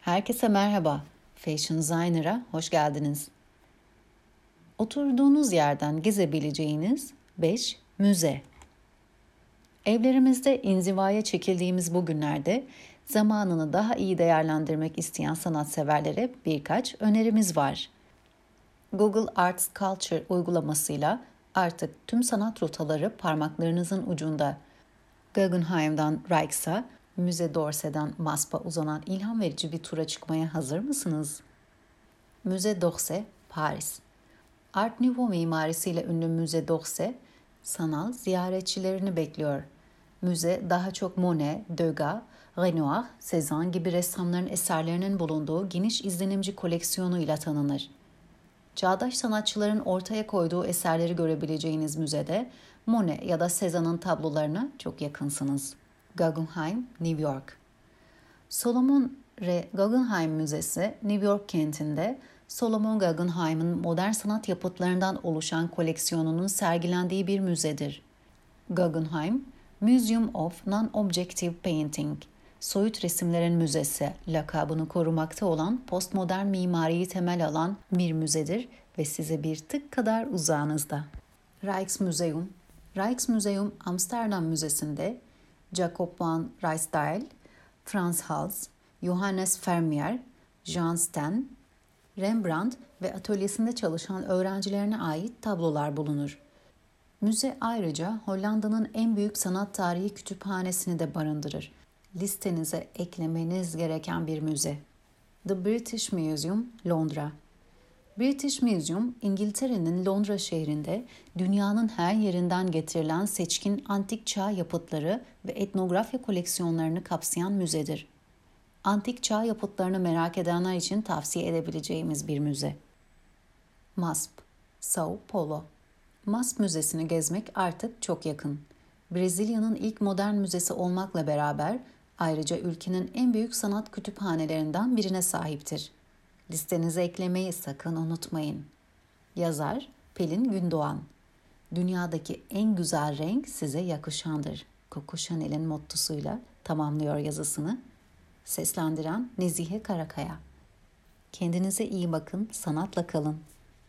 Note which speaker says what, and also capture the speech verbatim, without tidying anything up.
Speaker 1: Herkese merhaba. Fashion Designer'a hoş geldiniz. Oturduğunuz yerden gezebileceğiniz beş müze. Evlerimizde inzivaya çekildiğimiz bu günlerde zamanını daha iyi değerlendirmek isteyen sanatseverlere birkaç önerimiz var. Google Arts Culture uygulamasıyla artık tüm sanat rotaları parmaklarınızın ucunda. Guggenheim'dan Rijks'a, Müze d'Orsay'dan MASP'a uzanan ilham verici bir tura çıkmaya hazır mısınız? Müze d'Orsay, Paris. Art Nouveau mimarisiyle ünlü Müze d'Orsay, sanal ziyaretçilerini bekliyor. Müze daha çok Monet, Degas, Renoir, Cézanne gibi ressamların eserlerinin bulunduğu geniş izlenimci koleksiyonuyla tanınır. Çağdaş sanatçıların ortaya koyduğu eserleri görebileceğiniz müzede Monet ya da Cézanne'ın tablolarına çok yakınsınız. Guggenheim, New York. Solomon R. Guggenheim Müzesi, New York kentinde Solomon Guggenheim'in modern sanat yapıtlarından oluşan koleksiyonunun sergilendiği bir müzedir. Guggenheim, Museum of Non-Objective Painting, soyut resimlerin müzesi lakabını korumakta olan postmodern mimariyi temel alan bir müzedir ve size bir tık kadar uzağınızda. Rijksmuseum. Rijksmuseum Amsterdam Müzesi'nde Jacob van Ruysdael, Frans Hals, Johannes Vermeer, Jean Steen, Rembrandt ve atölyesinde çalışan öğrencilerine ait tablolar bulunur. Müze ayrıca Hollanda'nın en büyük sanat tarihi kütüphanesini de barındırır. Listenize eklemeniz gereken bir müze. The British Museum, Londra. British Museum, İngiltere'nin Londra şehrinde dünyanın her yerinden getirilen seçkin antik çağ yapıtları ve etnografya koleksiyonlarını kapsayan müzedir. Antik çağ yapıtlarını merak edenler için tavsiye edebileceğimiz bir müze. MASP, São Paulo. MASP Müzesi'ni gezmek artık çok yakın. Brezilya'nın ilk modern müzesi olmakla beraber ayrıca ülkenin en büyük sanat kütüphanelerinden birine sahiptir. Listenize eklemeyi sakın unutmayın. Yazar Pelin Gündoğan. Dünyadaki en güzel renk size yakışandır. Coco Chanel'in mottosuyla tamamlıyor yazısını. Seslendiren Nezihe Karakaya. Kendinize iyi bakın, sanatla kalın.